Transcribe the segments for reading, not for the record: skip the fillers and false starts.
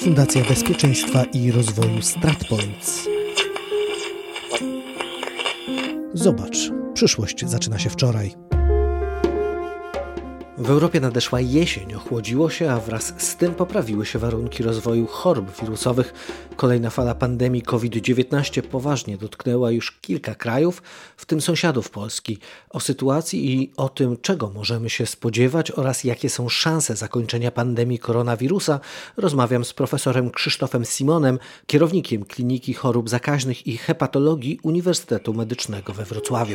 Fundacja Bezpieczeństwa i Rozwoju StratPoints. Zobacz, przyszłość zaczyna się wczoraj. W Europie nadeszła jesień, ochłodziło się, a wraz z tym poprawiły się warunki rozwoju chorób wirusowych. Kolejna fala pandemii COVID-19 poważnie dotknęła już kilka krajów, w tym sąsiadów Polski. O sytuacji i o tym, czego możemy się spodziewać oraz jakie są szanse zakończenia pandemii koronawirusa, rozmawiam z profesorem Krzysztofem Simonem, kierownikiem Kliniki Chorób Zakaźnych i Hepatologii Uniwersytetu Medycznego we Wrocławiu.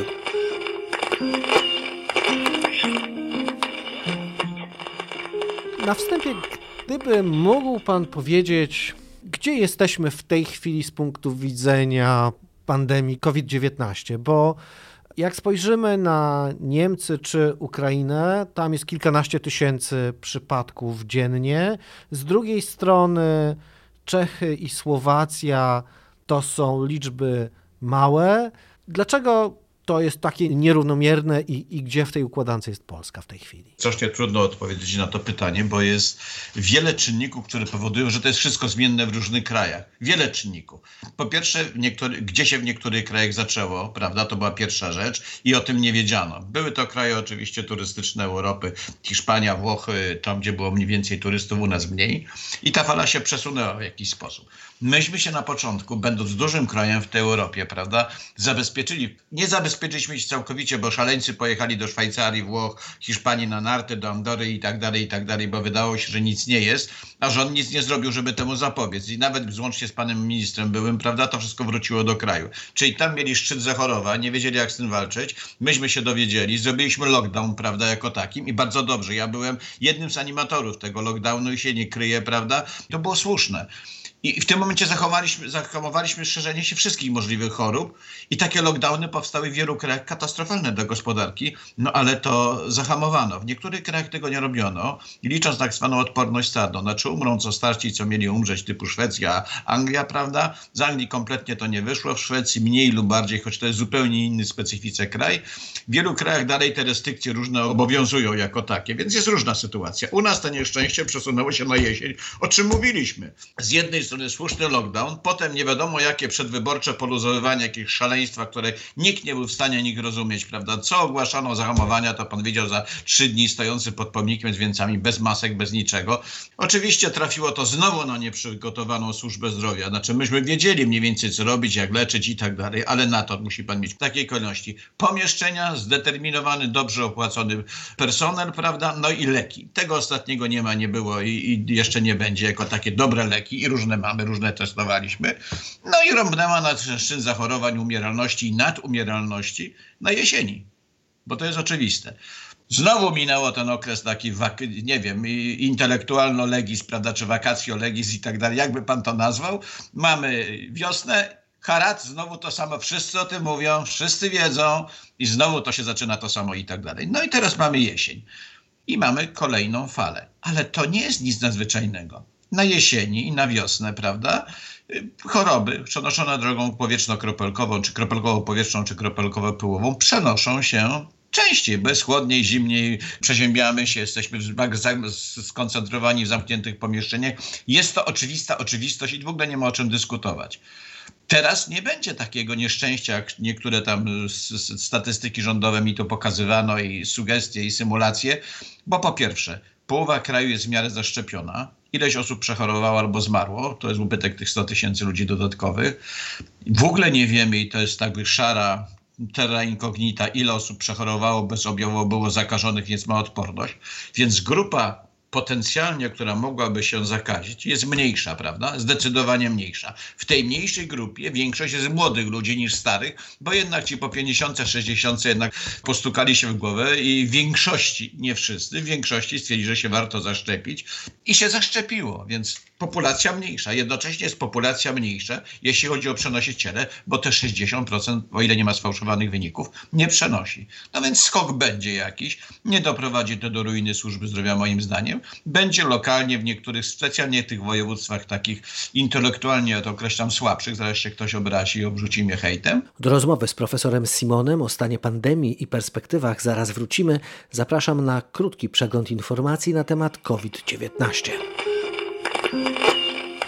Na wstępie, gdyby mógł Pan powiedzieć, gdzie jesteśmy w tej chwili z punktu widzenia pandemii COVID-19, bo jak spojrzymy na Niemcy czy Ukrainę, tam jest kilkanaście tysięcy przypadków dziennie. Z drugiej strony Czechy i Słowacja to są liczby małe. Dlaczego to jest takie nierównomierne i gdzie w tej układance jest Polska w tej chwili? Strasznie trudno odpowiedzieć na to pytanie, bo jest wiele czynników, które powodują, że to jest wszystko zmienne w różnych krajach. Wiele czynników. Po pierwsze, gdzie się w niektórych krajach zaczęło, prawda? To była pierwsza rzecz i o tym nie wiedziano. Były to kraje oczywiście turystyczne Europy, Hiszpania, Włochy, tam gdzie było mniej więcej turystów, u nas mniej. I ta fala się przesunęła w jakiś sposób. Myśmy się na początku, będąc dużym krajem w tej Europie, prawda, nie zabezpieczyliśmy się całkowicie, bo szaleńcy pojechali do Szwajcarii, Włoch, Hiszpanii na narty, do Andory i tak dalej, bo wydawało się, że nic nie jest, a rząd nic nie zrobił, żeby temu zapobiec. I nawet włącznie z panem ministrem byłym, prawda, to wszystko wróciło do kraju. Czyli tam mieli szczyt zachorowań, nie wiedzieli jak z tym walczyć. Myśmy się dowiedzieli, zrobiliśmy lockdown, prawda, jako takim i bardzo dobrze. Ja byłem jednym z animatorów tego lockdownu i się nie kryję, prawda. To było słuszne. I w tym momencie zahamowaliśmy szerzenie się wszystkich możliwych chorób i takie lockdowny powstały w wielu krajach katastrofalne dla gospodarki, no ale to zahamowano. W niektórych krajach tego nie robiono i licząc tak zwaną odporność stadną, znaczy umrą co starsi, co mieli umrzeć, typu Szwecja, Anglia, prawda? Z Anglii kompletnie to nie wyszło, w Szwecji mniej lub bardziej, choć to jest zupełnie inny specyfice kraj. W wielu krajach dalej te restrykcje różne obowiązują jako takie, więc jest różna sytuacja. U nas to nieszczęście przesunęło się na jesień, o czym mówiliśmy. Z jednej strony słuszny lockdown, potem nie wiadomo jakie przedwyborcze poluzowywanie, jakieś szaleństwa, które nikt nie był w stanie nikt rozumieć, prawda? Co ogłaszano zahamowania, to pan widział za 3 dni stojący pod pomnikiem z wieńcami, bez masek, bez niczego. Oczywiście trafiło to znowu na nieprzygotowaną służbę zdrowia. Znaczy myśmy wiedzieli mniej więcej co robić, jak leczyć i tak dalej, ale na to musi pan mieć w takiej kolejności pomieszczenia, zdeterminowany, dobrze opłacony personel, prawda? No i leki. Tego ostatniego nie ma, nie było i jeszcze nie będzie jako takie dobre leki i różne różne testowaliśmy. No i rąbnęła na szczyt zachorowań, umieralności i nadumieralności na jesieni. Bo to jest oczywiste. Znowu minęło ten okres taki, nie wiem, intelektualno legis, prawda, czy vacatio legis i tak dalej, jakby pan to nazwał. Mamy wiosnę, harat, znowu to samo, wszyscy o tym mówią, wszyscy wiedzą i znowu to się zaczyna to samo i tak dalej. No i teraz mamy jesień i mamy kolejną falę. Ale to nie jest nic nadzwyczajnego. Na jesieni i na wiosnę, prawda, choroby przenoszone drogą powietrzno-kropelkową, czy kropelkowo-powietrzną, czy kropelkowo-pyłową przenoszą się częściej, bez chłodniej, zimniej, przeziębiamy się, jesteśmy skoncentrowani w zamkniętych pomieszczeniach. Jest to oczywista oczywistość i w ogóle nie ma o czym dyskutować. Teraz nie będzie takiego nieszczęścia, jak niektóre tam statystyki rządowe mi to pokazywano i sugestie i symulacje, bo po pierwsze, połowa kraju jest w miarę zaszczepiona. Ileś osób przechorowało albo zmarło, to jest ubytek tych 100 tysięcy ludzi dodatkowych. W ogóle nie wiemy i to jest tak szara terra incognita, ile osób przechorowało, bezobjawowo było zakażonych, więc ma odporność. Więc grupa potencjalnie, która mogłaby się zakazić, jest mniejsza, prawda? Zdecydowanie mniejsza. W tej mniejszej grupie większość jest młodych ludzi niż starych, bo jednak ci po 50, 60 jednak postukali się w głowę i w większości, nie wszyscy, w większości stwierdzili, że się warto zaszczepić i się zaszczepiło, więc populacja mniejsza. Jednocześnie jest populacja mniejsza, jeśli chodzi o przenosiciele, bo te 60%, o ile nie ma sfałszowanych wyników, nie przenosi. No więc skok będzie jakiś, nie doprowadzi to do ruiny służby zdrowia moim zdaniem, będzie lokalnie w niektórych, specjalnie tych województwach takich intelektualnie, ja to określam, słabszych, zaraz się ktoś obrazi i obrzuci mnie hejtem. Do rozmowy z profesorem Simonem o stanie pandemii i perspektywach zaraz wrócimy. Zapraszam na krótki przegląd informacji na temat COVID-19.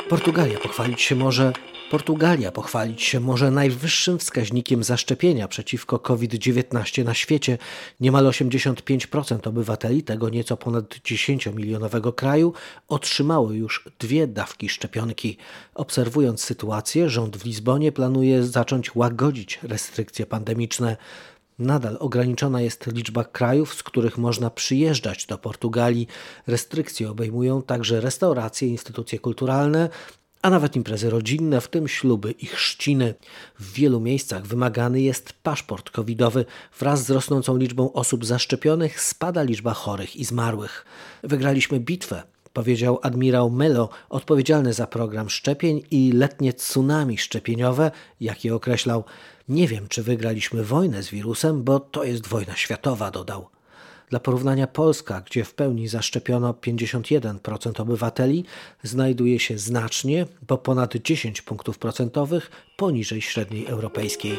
Portugalia pochwalić się może najwyższym wskaźnikiem zaszczepienia przeciwko COVID-19 na świecie. Niemal 85% obywateli tego nieco ponad 10-milionowego kraju otrzymało już 2 dawki szczepionki. Obserwując sytuację, rząd w Lizbonie planuje zacząć łagodzić restrykcje pandemiczne. Nadal ograniczona jest liczba krajów, z których można przyjeżdżać do Portugalii. Restrykcje obejmują także restauracje, instytucje kulturalne, a nawet imprezy rodzinne, w tym śluby i chrzciny. W wielu miejscach wymagany jest paszport covidowy. Wraz z rosnącą liczbą osób zaszczepionych spada liczba chorych i zmarłych. Wygraliśmy bitwę, powiedział admirał Melo, odpowiedzialny za program szczepień i letnie tsunami szczepieniowe, jak je określał. Nie wiem, czy wygraliśmy wojnę z wirusem, bo to jest wojna światowa, dodał. Dla porównania Polska, gdzie w pełni zaszczepiono 51% obywateli, znajduje się znacznie, bo ponad 10 punktów procentowych poniżej średniej europejskiej.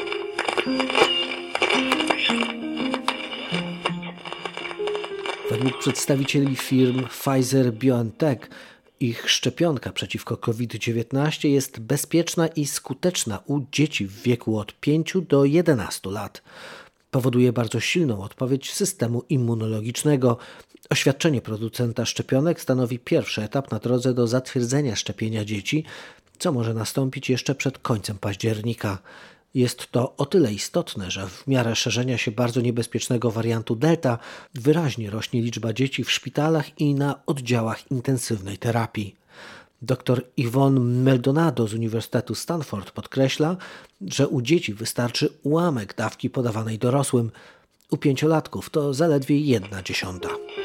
Według przedstawicieli firm Pfizer-BioNTech ich szczepionka przeciwko COVID-19 jest bezpieczna i skuteczna u dzieci w wieku od 5 do 11 lat. Powoduje bardzo silną odpowiedź systemu immunologicznego. Oświadczenie producenta szczepionek stanowi pierwszy etap na drodze do zatwierdzenia szczepienia dzieci, co może nastąpić jeszcze przed końcem października. Jest to o tyle istotne, że w miarę szerzenia się bardzo niebezpiecznego wariantu Delta wyraźnie rośnie liczba dzieci w szpitalach i na oddziałach intensywnej terapii. Dr Yvonne Maldonado z Uniwersytetu Stanford podkreśla, że u dzieci wystarczy ułamek dawki podawanej dorosłym. U 5-latków to zaledwie 1/10.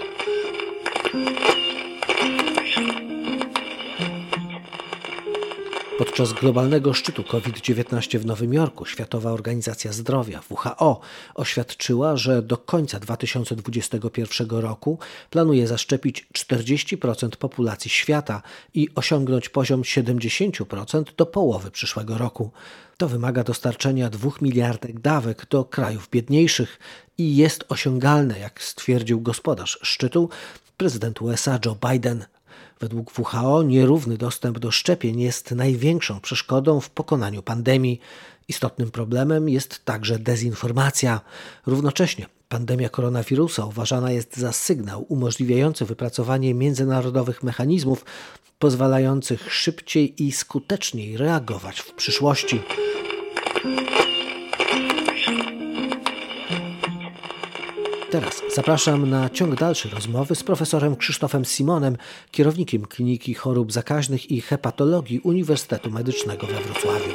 Podczas globalnego szczytu COVID-19 w Nowym Jorku Światowa Organizacja Zdrowia WHO oświadczyła, że do końca 2021 roku planuje zaszczepić 40% populacji świata i osiągnąć poziom 70% do połowy przyszłego roku. To wymaga dostarczenia 2 miliardek dawek do krajów biedniejszych i jest osiągalne, jak stwierdził gospodarz szczytu, prezydent USA Joe Biden. Według WHO nierówny dostęp do szczepień jest największą przeszkodą w pokonaniu pandemii. Istotnym problemem jest także dezinformacja. Równocześnie pandemia koronawirusa uważana jest za sygnał umożliwiający wypracowanie międzynarodowych mechanizmów pozwalających szybciej i skuteczniej reagować w przyszłości. Teraz zapraszam na ciąg dalszy rozmowy z profesorem Krzysztofem Simonem, kierownikiem Kliniki Chorób Zakaźnych i Hepatologii Uniwersytetu Medycznego we Wrocławiu.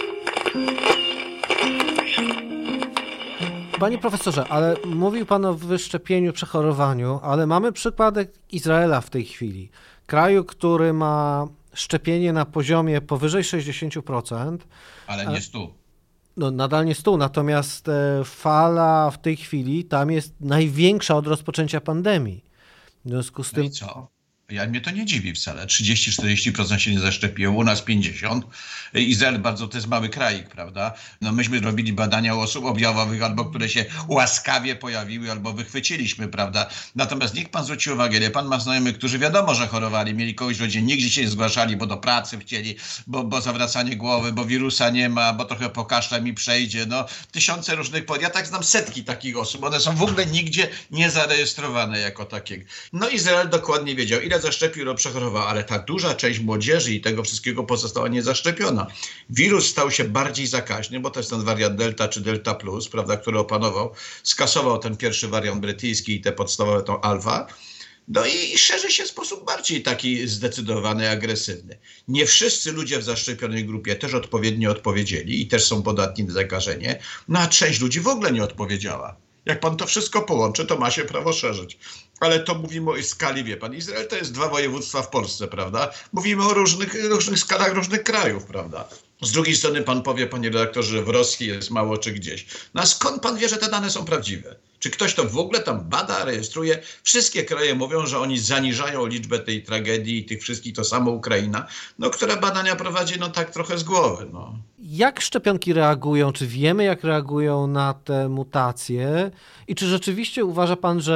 Panie profesorze, ale mówił pan o wyszczepieniu, przechorowaniu, ale mamy przypadek Izraela w tej chwili. Kraju, który ma szczepienie na poziomie powyżej 60%. Ale nie 100%. No, nadal nie 100%, natomiast fala w tej chwili tam jest największa od rozpoczęcia pandemii. W związku z tym... No i co? Mnie to nie dziwi wcale. 30-40% się nie zaszczepiło, u nas 50%. Izrael to jest mały krajik, prawda? No myśmy robili badania u osób objawowych, albo które się łaskawie pojawiły, albo wychwyciliśmy, prawda? Natomiast niech pan zwróci uwagę, ile pan ma znajomych, którzy wiadomo, że chorowali, mieli kogoś w rodzinie, nigdzie się nie zgłaszali, bo do pracy chcieli, bo zawracanie głowy, bo wirusa nie ma, bo trochę pokaszle mi przejdzie. No, tysiące różnych ja tak znam setki takich osób. One są w ogóle nigdzie nie zarejestrowane jako takie. No Izrael dokładnie wiedział, ile zaszczepił lub przechorował, ale ta duża część młodzieży i tego wszystkiego pozostała niezaszczepiona. Wirus stał się bardziej zakaźny, bo to jest ten wariant Delta czy Delta Plus, prawda, który opanował, skasował ten pierwszy wariant brytyjski i te podstawowe, tą alfa. No i szerzy się w sposób bardziej taki zdecydowany, agresywny. Nie wszyscy ludzie w zaszczepionej grupie też odpowiednio odpowiedzieli i też są podatni na zakażenie, no a część ludzi w ogóle nie odpowiedziała. Jak pan to wszystko połączy, to ma się prawo szerzyć. Ale to mówimy o skali, wie pan. Izrael to jest 2 województwa w Polsce, prawda? Mówimy o różnych skalach różnych krajów, prawda? Z drugiej strony pan powie, panie redaktorze, że w Rosji jest mało czy gdzieś. No a skąd pan wie, że te dane są prawdziwe? Czy ktoś to w ogóle tam bada, rejestruje? Wszystkie kraje mówią, że oni zaniżają liczbę tej tragedii i tych wszystkich, to samo Ukraina, no, która badania prowadzi tak trochę z głowy. No. Jak szczepionki reagują? Czy wiemy, jak reagują na te mutacje? I czy rzeczywiście uważa pan, że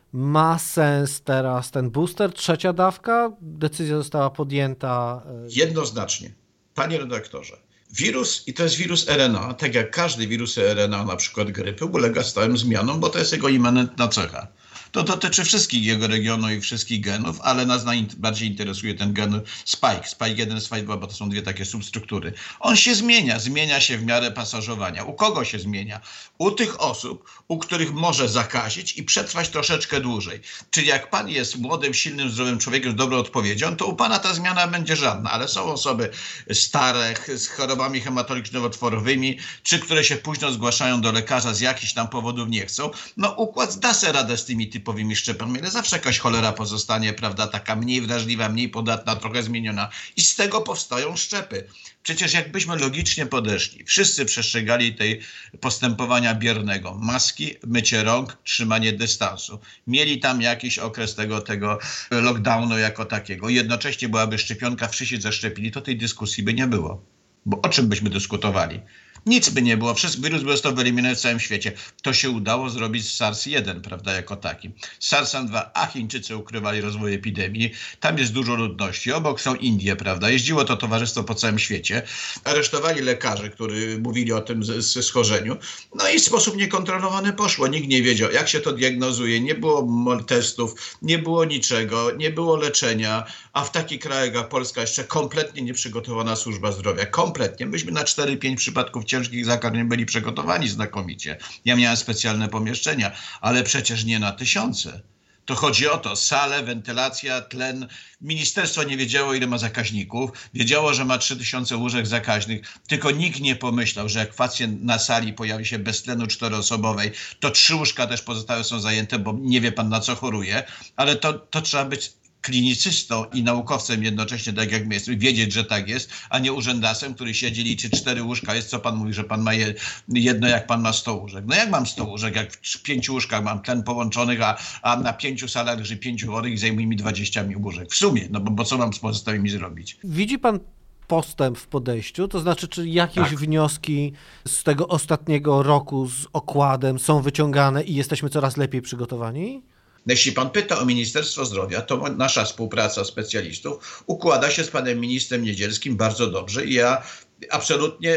Ma sens teraz ten booster, trzecia dawka? Decyzja została podjęta. Jednoznacznie. Panie redaktorze, wirus, i to jest wirus RNA, tak jak każdy wirus RNA, na przykład grypy, ulega stałym zmianom, bo to jest jego immanentna cecha. To dotyczy wszystkich jego regionów i wszystkich genów, ale nas najbardziej interesuje ten gen spike. Spike 1, spike 2, bo to są dwie takie substruktury. On się zmienia się w miarę pasażowania. U kogo się zmienia? U tych osób, u których może zakazić i przetrwać troszeczkę dłużej. Czyli jak pan jest młodym, silnym, zdrowym człowiekiem z dobrą odpowiedzią, to u pana ta zmiana będzie żadna, ale są osoby stare, z chorobami hematologiczno-nowotworowymi, czy które się późno zgłaszają do lekarza, z jakichś tam powodów nie chcą. No układ da se radę z tymi typowymi szczepami, ale zawsze jakaś cholera pozostanie, prawda, taka mniej wrażliwa, mniej podatna, trochę zmieniona i z tego powstają szczepy. Przecież jakbyśmy logicznie podeszli, wszyscy przestrzegali tej postępowania biernego, maski, mycie rąk, trzymanie dystansu. Mieli tam jakiś okres tego lockdownu jako takiego. Jednocześnie byłaby szczepionka, wszyscy zaszczepili, to tej dyskusji by nie było. Bo o czym byśmy dyskutowali? Nic by nie było, wirus by został wyeliminowany w całym świecie. To się udało zrobić z SARS-1, prawda, jako takim. Z SARS-2, Chińczycy ukrywali rozwój epidemii, tam jest dużo ludności, obok są Indie, prawda, jeździło to towarzystwo po całym świecie, aresztowali lekarzy, którzy mówili o tym schorzeniu, no i w sposób niekontrolowany poszło, nikt nie wiedział, jak się to diagnozuje, nie było testów, nie było niczego, nie było leczenia, a w takich krajach jak Polska jeszcze kompletnie nieprzygotowana służba zdrowia, kompletnie, myśmy na 4-5 przypadków ciężkich zakażeń byli przygotowani znakomicie. Ja miałem specjalne pomieszczenia, ale przecież nie na tysiące. To chodzi o to, sale, wentylacja, tlen. Ministerstwo nie wiedziało, ile ma zakaźników. Wiedziało, że ma 3000 łóżek zakaźnych, tylko nikt nie pomyślał, że jak pacjent na sali pojawi się bez tlenu 4-osobowej, to 3 łóżka też pozostałe są zajęte, bo nie wie pan, na co choruje. Ale to trzeba być klinicystą i naukowcem jednocześnie, tak jak my jesteśmy, wiedzieć, że tak jest, a nie urzędasem, który siedzi, liczy 4 łóżka. Jest, co pan mówi, że pan ma jedno, jak pan ma 100 łóżek. No jak mam 100 łóżek, jak w 5 łóżkach mam tlen połączonych, a na 5 salach leży 5 chorych i zajmuje mi 20 łóżek. W sumie, no bo co mam z pozostałymi zrobić? Widzi pan postęp w podejściu? To znaczy, czy jakieś wnioski z tego ostatniego roku z okładem są wyciągane i jesteśmy coraz lepiej przygotowani? Jeśli pan pyta o Ministerstwo Zdrowia, to nasza współpraca specjalistów układa się z panem ministrem Niedzielskim bardzo dobrze i ja absolutnie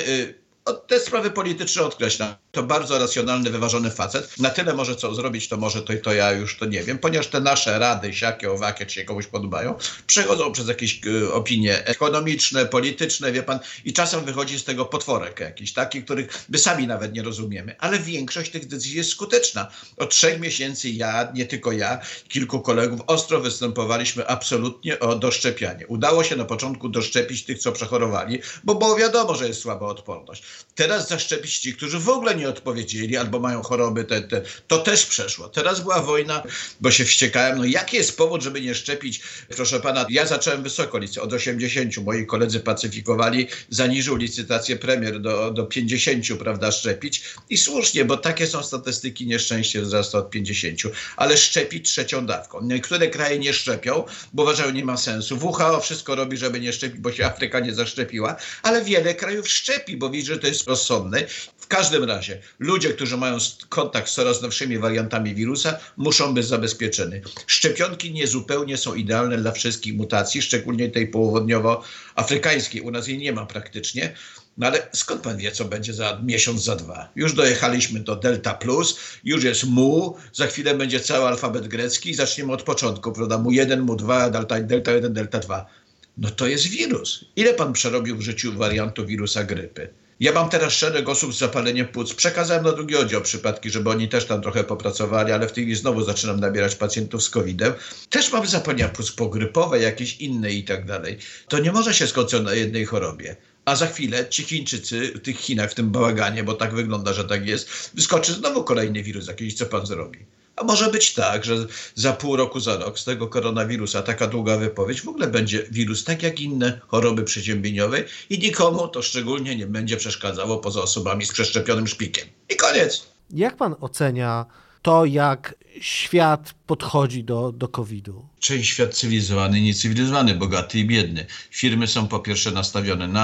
te sprawy polityczne odkreślam. To bardzo racjonalny, wyważony facet. Na tyle może co zrobić, to może to ja już to nie wiem, ponieważ te nasze rady, siakie, owakie, czy się komuś podobają, przechodzą przez jakieś opinie ekonomiczne, polityczne, wie pan, i czasem wychodzi z tego potworek jakiś taki, których my sami nawet nie rozumiemy. Ale większość tych decyzji jest skuteczna. Od 3 miesięcy nie tylko ja, kilku kolegów ostro występowaliśmy absolutnie o doszczepianie. Udało się na początku doszczepić tych, co przechorowali, bo było wiadomo, że jest słaba odporność. Teraz zaszczepić ci, którzy w ogóle nie odpowiedzieli albo mają choroby, to też przeszło. Teraz była wojna, bo się wściekałem. No jaki jest powód, żeby nie szczepić? Proszę pana, ja zacząłem wysoko od 80. Moi koledzy pacyfikowali, zaniżył licytację premier do 50, prawda, szczepić. I słusznie, bo takie są statystyki, nieszczęście wzrasta od 50. Ale szczepić 3. dawką. Niektóre kraje nie szczepią, bo uważają, nie ma sensu. WHO wszystko robi, żeby nie szczepić, bo się Afryka nie zaszczepiła, ale wiele krajów szczepi, bo widzi, że to jest rozsądne. W każdym razie ludzie, którzy mają kontakt z coraz nowszymi wariantami wirusa, muszą być zabezpieczeni. Szczepionki niezupełnie są idealne dla wszystkich mutacji, szczególnie tej południowoafrykańskiej. U nas jej nie ma praktycznie. No ale skąd pan wie, co będzie za miesiąc, za 2? Już dojechaliśmy do Delta Plus, już jest Mu, za chwilę będzie cały alfabet grecki i zaczniemy od początku, prawda? Mu1, Mu2, Delta 1, Delta 2. No to jest wirus. Ile pan przerobił w życiu wariantu wirusa grypy? Ja mam teraz szereg osób z zapaleniem płuc. Przekazałem na drugi oddział przypadki, żeby oni też tam trochę popracowali, ale w tej chwili znowu zaczynam nabierać pacjentów z COVID-em. Też mam zapalenia płuc pogrypowe, jakieś inne i tak dalej. To nie może się skończyć na jednej chorobie. A za chwilę ci Chińczycy w tych Chinach, w tym bałaganie, bo tak wygląda, że tak jest, wyskoczy znowu kolejny wirus jakiś, co pan zrobi? A może być tak, że za pół roku, za rok z tego koronawirusa, taka długa wypowiedź, w ogóle będzie wirus tak jak inne choroby przeziębieniowe i nikomu to szczególnie nie będzie przeszkadzało poza osobami z przeszczepionym szpikiem. I koniec. Jak pan ocenia to, jak świat podchodzi do COVID-u? Część świat cywilizowany i niecywilizowany, bogaty i biedny. Firmy są po pierwsze nastawione na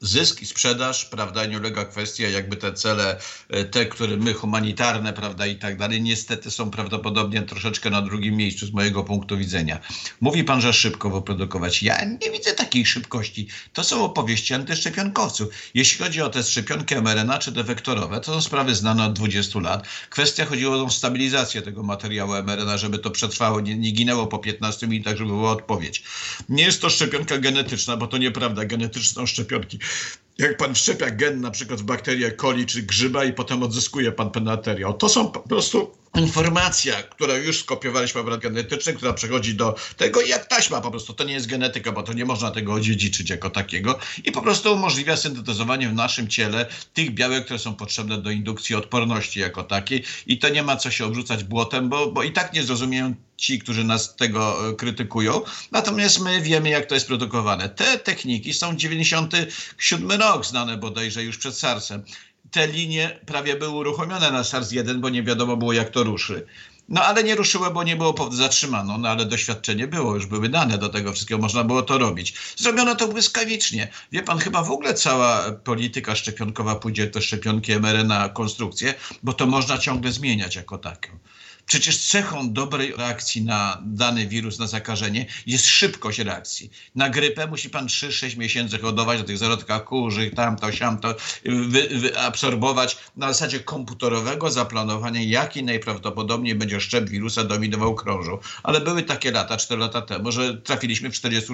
zysk i sprzedaż, prawda, nie ulega kwestia, jakby te cele, te, które my humanitarne, prawda, i tak dalej, niestety są prawdopodobnie troszeczkę na drugim miejscu z mojego punktu widzenia. Mówi pan, że szybko wyprodukować. Ja nie widzę takiej szybkości. To są opowieści antyszczepionkowców. Jeśli chodzi o te szczepionki mRNA czy te wektorowe, to są sprawy znane od 20 lat. Kwestia chodziła o stabilizację tego materiału mRNA, żeby to przetrwało, nie ginęło po 15 minutach, żeby była odpowiedź. Nie jest to szczepionka genetyczna, bo to nieprawda. Genetyczne są szczepionki. Jak pan wszczepia gen na przykład w bakterię coli czy grzyba i potem odzyskuje pan ten materiał. To są po prostu informacja, którą już skopiowaliśmy w genetyczny, która przechodzi do tego jak taśma po prostu. To nie jest genetyka, bo to nie można tego odziedziczyć jako takiego i po prostu umożliwia syntetyzowanie w naszym ciele tych białek, które są potrzebne do indukcji odporności jako takiej i to nie ma co się obrzucać błotem, bo i tak nie zrozumieją ci, którzy nas tego krytykują. Natomiast my wiemy, jak to jest produkowane. Te techniki są 97 rok znane bodajże już przed SARS-em. Te linie prawie były uruchomione na SARS-1, bo nie wiadomo było, jak to ruszy. No ale nie ruszyło, bo nie było powodu, zatrzymano, no ale doświadczenie było, już były dane do tego wszystkiego, można było to robić. Zrobiono to błyskawicznie. Wie pan, chyba w ogóle cała polityka szczepionkowa pójdzie do szczepionki mRNA konstrukcję, bo to można ciągle zmieniać jako taką. Przecież cechą dobrej reakcji na dany wirus, na zakażenie jest szybkość reakcji. Na grypę musi pan 3-6 miesięcy hodować do tych zarodkach kurzy, tamto, siamto, wyabsorbować na zasadzie komputerowego zaplanowania, jaki najprawdopodobniej będzie szczep wirusa dominował krążą. Ale były takie lata, 4 lata temu, że trafiliśmy w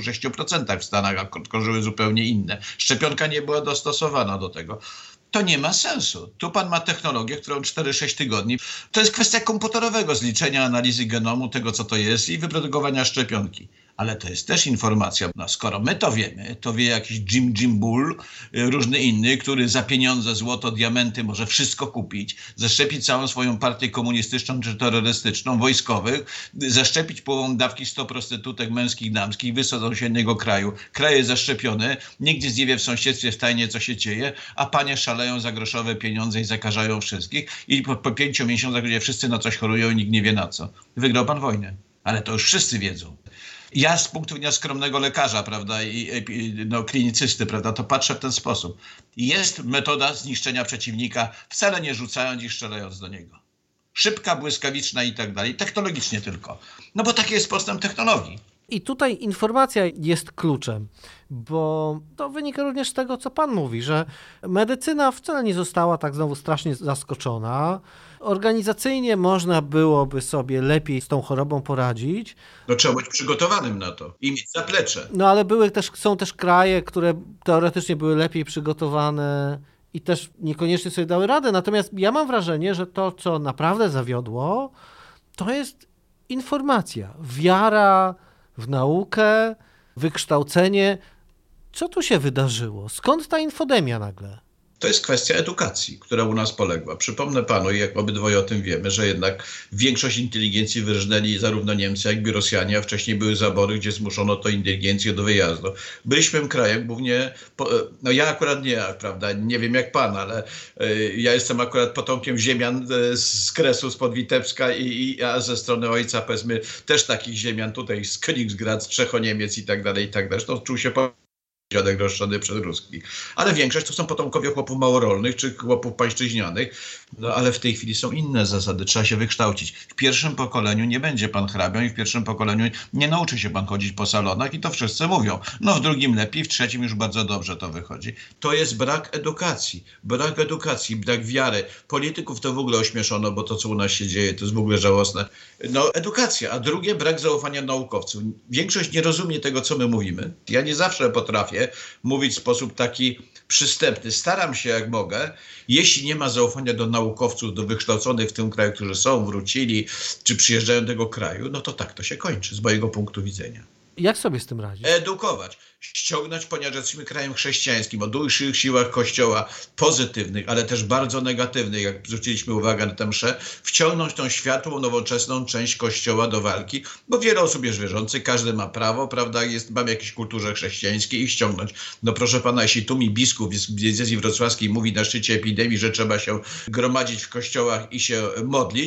46% w Stanach, a krążyły zupełnie inne. Szczepionka nie była dostosowana do tego. To nie ma sensu. Tu pan ma technologię, którą 4-6 tygodni. To jest kwestia komputerowego zliczenia, analizy genomu, tego co to jest i wyprodukowania szczepionki. Ale to jest też informacja. No, skoro my to wiemy, to wie jakiś Jim Bull, różny inny, który za pieniądze, złoto, diamenty może wszystko kupić, zaszczepić całą swoją partię komunistyczną czy terrorystyczną, wojskowych, zaszczepić połową dawki 100 prostytutek męskich, damskich, wysadzą się innego kraju. Kraj jest zaszczepiony, nikt nie wie w sąsiedztwie w tajnie, co się dzieje, a panie szaleją za groszowe pieniądze i zakażają wszystkich i po 5 miesiącach, gdzie wszyscy na coś chorują i nikt nie wie na co. Wygrał pan wojnę. Ale to już wszyscy wiedzą. Ja z punktu widzenia skromnego lekarza, prawda, i klinicysty, prawda, to patrzę w ten sposób. Jest metoda zniszczenia przeciwnika, wcale nie rzucając i strzelając do niego. Szybka, błyskawiczna i tak dalej, technologicznie tylko. No bo taki jest postęp technologii. I tutaj informacja jest kluczem, bo to wynika również z tego, co pan mówi, że medycyna wcale nie została tak znowu strasznie zaskoczona. Organizacyjnie można byłoby sobie lepiej z tą chorobą poradzić. No trzeba być przygotowanym na to i mieć zaplecze. No ale są też kraje, które teoretycznie były lepiej przygotowane i też niekoniecznie sobie dały radę. Natomiast ja mam wrażenie, że to, co naprawdę zawiodło, to jest informacja, wiara w naukę, wykształcenie. Co tu się wydarzyło? Skąd ta infodemia nagle? To jest kwestia edukacji, która u nas poległa. Przypomnę panu, i jak obydwoje o tym wiemy, że jednak większość inteligencji wyrżnęli zarówno Niemcy, jak i Rosjanie, a wcześniej były zabory, gdzie zmuszono to inteligencję do wyjazdu. Byliśmy krajem głównie, no ja akurat nie, prawda, nie wiem jak pan, ale ja jestem akurat potomkiem ziemian z Kresu, spod Witebska a ze strony ojca, powiedzmy, też takich ziemian tutaj z Königsgrad, z Czechoniemiec i tak dalej, to czuł się dziadek roszczony przed ruskich. Ale większość to są potomkowie chłopów małorolnych czy chłopów pańszczyźnianych. No ale w tej chwili są inne zasady. Trzeba się wykształcić. W pierwszym pokoleniu nie będzie pan hrabią i w pierwszym pokoleniu nie nauczy się pan chodzić po salonach i to wszyscy mówią. No w drugim lepiej, w trzecim już bardzo dobrze to wychodzi. To jest brak edukacji, brak wiary. Polityków to w ogóle ośmieszono, bo to co u nas się dzieje to jest w ogóle żałosne. No edukacja, a drugie brak zaufania naukowców. Większość nie rozumie tego, co my mówimy. Ja nie zawsze potrafię mówić w sposób taki przystępny. Staram się jak mogę. Jeśli nie ma zaufania do naukowców, do wykształconych w tym kraju, którzy są, wrócili, czy przyjeżdżają do tego kraju, no to tak to się kończy z mojego punktu widzenia. Jak sobie z tym radzić? Edukować. Ściągnąć, ponieważ jesteśmy krajem chrześcijańskim, o dużych siłach Kościoła, pozytywnych, ale też bardzo negatywnych, jak zwróciliśmy uwagę na tę mszę, wciągnąć tą światłą, nowoczesną część Kościoła do walki, bo wiele osób jest wierzących, każdy ma prawo, prawda, mamy jakieś kulturze chrześcijańskiej i ściągnąć. No proszę pana, jeśli tu mi biskup z diecezji wrocławskiej mówi na szczycie epidemii, że trzeba się gromadzić w kościołach i się modlić,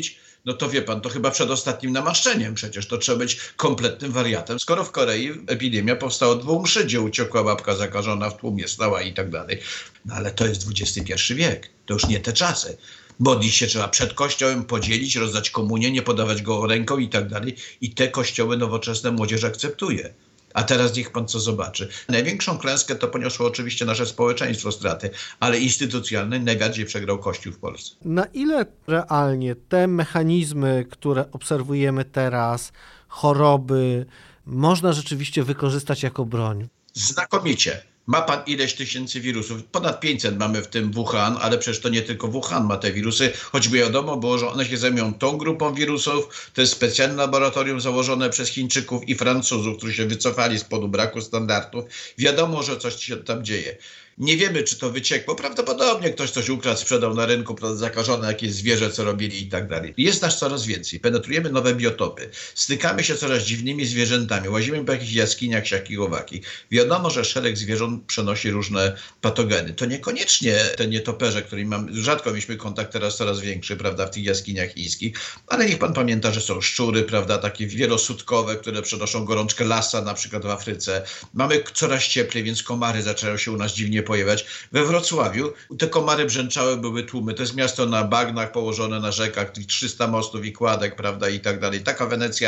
no to wie pan, to chyba przed ostatnim namaszczeniem przecież, to trzeba być kompletnym wariatem. Skoro w Korei epidemia powstała od 2 mszy, gdzie uciekła babka zakażona, w tłumie stała i tak dalej. No ale to jest XXI wiek, to już nie te czasy. Modlić się trzeba przed kościołem, podzielić, rozdać komunię, nie podawać go ręką i tak dalej. I te kościoły nowoczesne młodzież akceptuje. A teraz niech pan co zobaczy. Największą klęskę to poniosło oczywiście nasze społeczeństwo straty, ale instytucjonalne najbardziej przegrał Kościół w Polsce. Na ile realnie te mechanizmy, które obserwujemy teraz, choroby, można rzeczywiście wykorzystać jako broń? Znakomicie. Ma pan ileś tysięcy wirusów. Ponad 500 mamy w tym Wuhan, ale przecież to nie tylko Wuhan ma te wirusy, choćby wiadomo było, że one się zajmują tą grupą wirusów. To jest specjalne laboratorium założone przez Chińczyków i Francuzów, którzy się wycofali z powodu braku standardów. Wiadomo, że coś się tam dzieje. Nie wiemy, czy to wyciekło. Prawdopodobnie ktoś coś ukradł, sprzedał na rynku, zakażone jakieś zwierzę, co robili i tak dalej. Jest nas coraz więcej. Penetrujemy nowe biotopy. Stykamy się coraz dziwnymi zwierzętami. Łazimy po jakichś jaskiniach, siaki, owaki. Wiadomo, że szereg zwierząt przenosi różne patogeny. To niekoniecznie te nietoperze, którymi rzadko mieliśmy kontakt, teraz coraz większy, prawda, w tych jaskiniach chińskich. Ale niech pan pamięta, że są szczury, prawda, takie wielosutkowe, które przenoszą gorączkę Lassa, na przykład w Afryce. Mamy coraz cieplej, więc komary zaczynają się u nas dziwnie pojawiać. We Wrocławiu te komary brzęczały, były tłumy. To jest miasto na bagnach położone na rzekach, 300 mostów i kładek, prawda, i tak dalej. Taka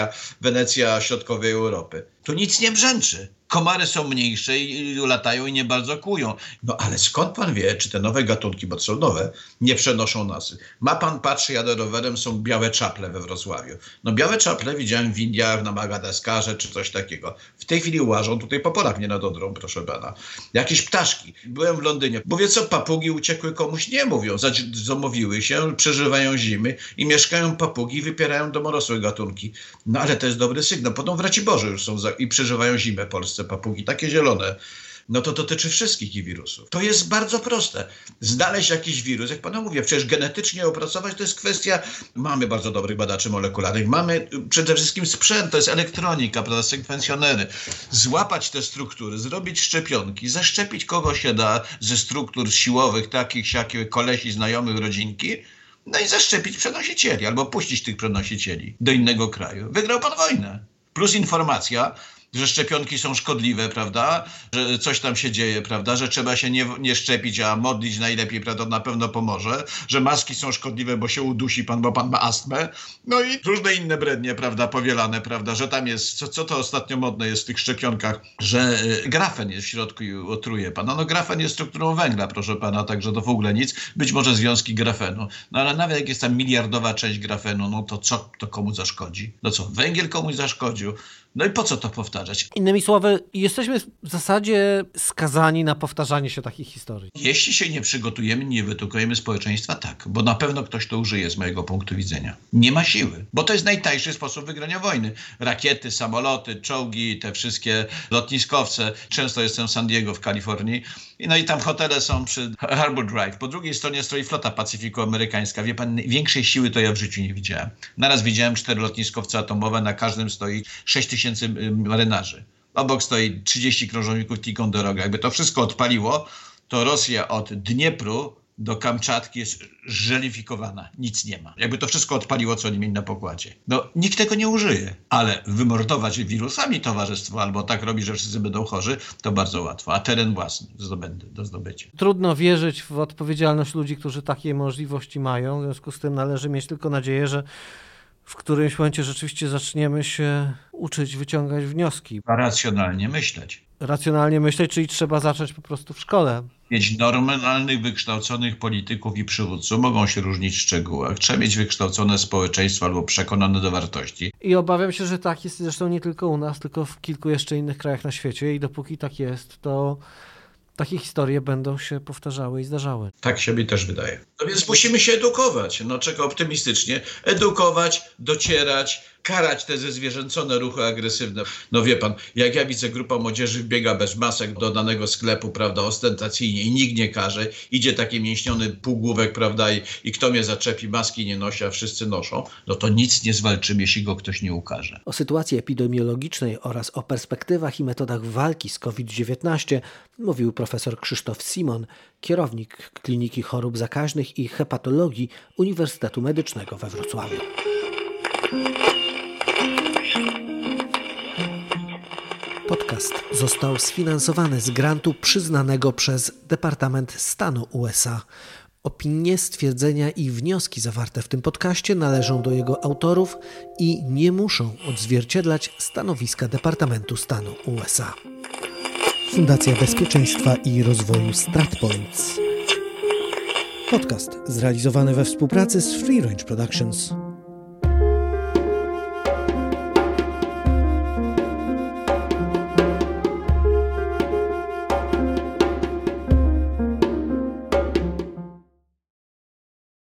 Wenecja środkowej Europy. Tu nic nie brzęczy. Komary są mniejsze i latają i nie bardzo kłują. No ale skąd pan wie, czy te nowe gatunki, bo to są nowe, nie przenoszą nas? Ma pan, patrzy, jadę rowerem, są białe czaple we Wrocławiu. No białe czaple widziałem w Indiach, na Madagaskarze czy coś takiego. W tej chwili łażą tutaj po polach, nie nad Odrą, proszę pana. Jakieś ptaszki. Byłem w Londynie. Mówię, co, papugi uciekły komuś? Nie mówią. Zadomowiły się, przeżywają zimy i mieszkają papugi i wypierają domorosłe gatunki. No ale to jest dobry sygnał. Potem w Raciborzu już są i przeżywają zimę Polsce papugi, takie zielone. No to dotyczy wszystkich ich wirusów. To jest bardzo proste. Znaleźć jakiś wirus, jak panu mówię, przecież genetycznie opracować to jest kwestia, mamy bardzo dobrych badaczy molekularnych, mamy przede wszystkim sprzęt, to jest elektronika, prawda, sekwencjonery. Złapać te struktury, zrobić szczepionki, zaszczepić kogo się da ze struktur siłowych, takich, siakich, kolesi, znajomych, rodzinki, no i zaszczepić przenosicieli, albo puścić tych przenosicieli do innego kraju. Wygrał pan wojnę. Plus informacja, że szczepionki są szkodliwe, prawda, że coś tam się dzieje, prawda, że trzeba się nie szczepić, a modlić najlepiej, prawda, na pewno pomoże, że maski są szkodliwe, bo się udusi pan, bo pan ma astmę, no i różne inne brednie, prawda, powielane, prawda, że tam jest, co to ostatnio modne jest w tych szczepionkach, że grafen jest w środku i otruje pana. No grafen jest strukturą węgla, proszę pana, także to w ogóle nic, być może związki grafenu, no ale nawet jak jest tam miliardowa część grafenu, no to co to komu zaszkodzi? No co, węgiel komuś zaszkodził? No i po co to powtarzać? Innymi słowy, jesteśmy w zasadzie skazani na powtarzanie się takich historii. Jeśli się nie przygotujemy, nie wyedukujemy społeczeństwa, tak, bo na pewno ktoś to użyje z mojego punktu widzenia. Nie ma siły, bo to jest najtańszy sposób wygrania wojny. Rakiety, samoloty, czołgi, te wszystkie lotniskowce. Często jestem w San Diego w Kalifornii. No i tam hotele są przy Harbor Drive. Po drugiej stronie stoi flota Pacyfiku amerykańska. Wie pan, większej siły to ja w życiu nie widziałem. Naraz widziałem 4 lotniskowce atomowe, na każdym stoi 6000 marynarzy. Obok stoi 30 krążowników Ticonderoga. Jakby to wszystko odpaliło, to Rosja od Dniepru do Kamczatki jest żelifikowana. Nic nie ma. Jakby to wszystko odpaliło, co oni mieli na pokładzie. No, nikt tego nie użyje. Ale wymordować wirusami towarzystwo albo tak robić, że wszyscy będą chorzy, to bardzo łatwo. A teren własny do zdobycia. Trudno wierzyć w odpowiedzialność ludzi, którzy takie możliwości mają. W związku z tym należy mieć tylko nadzieję, że w którymś momencie rzeczywiście zaczniemy się uczyć wyciągać wnioski. Racjonalnie myśleć. Racjonalnie myśleć, czyli trzeba zacząć po prostu w szkole. Mieć normalnych, wykształconych polityków i przywódców. Mogą się różnić w szczegółach. Trzeba mieć wykształcone społeczeństwo albo przekonane do wartości. I obawiam się, że tak jest zresztą nie tylko u nas, tylko w kilku jeszcze innych krajach na świecie. I dopóki tak jest, to takie historie będą się powtarzały i zdarzały. Tak się mi też wydaje. No więc musimy się edukować. No czego optymistycznie. Edukować, docierać, karać te zezwierzęcone ruchy agresywne. No wie pan, jak ja widzę, grupa młodzieży wbiega bez masek do danego sklepu, prawda, ostentacyjnie i nikt nie karze. Idzie taki mięśniony półgłówek, prawda, i kto mnie zaczepi, maski nie nosi, a wszyscy noszą. No to nic nie zwalczymy, jeśli go ktoś nie ukaże. O sytuacji epidemiologicznej oraz o perspektywach i metodach walki z COVID-19 mówił profesor Krzysztof Simon, kierownik Kliniki Chorób Zakaźnych i Hepatologii Uniwersytetu Medycznego we Wrocławiu. Podcast został sfinansowany z grantu przyznanego przez Departament Stanu USA. Opinie, stwierdzenia i wnioski zawarte w tym podcaście należą do jego autorów i nie muszą odzwierciedlać stanowiska Departamentu Stanu USA. Fundacja Bezpieczeństwa i Rozwoju StratPoints. Podcast zrealizowany we współpracy z Free Range Productions.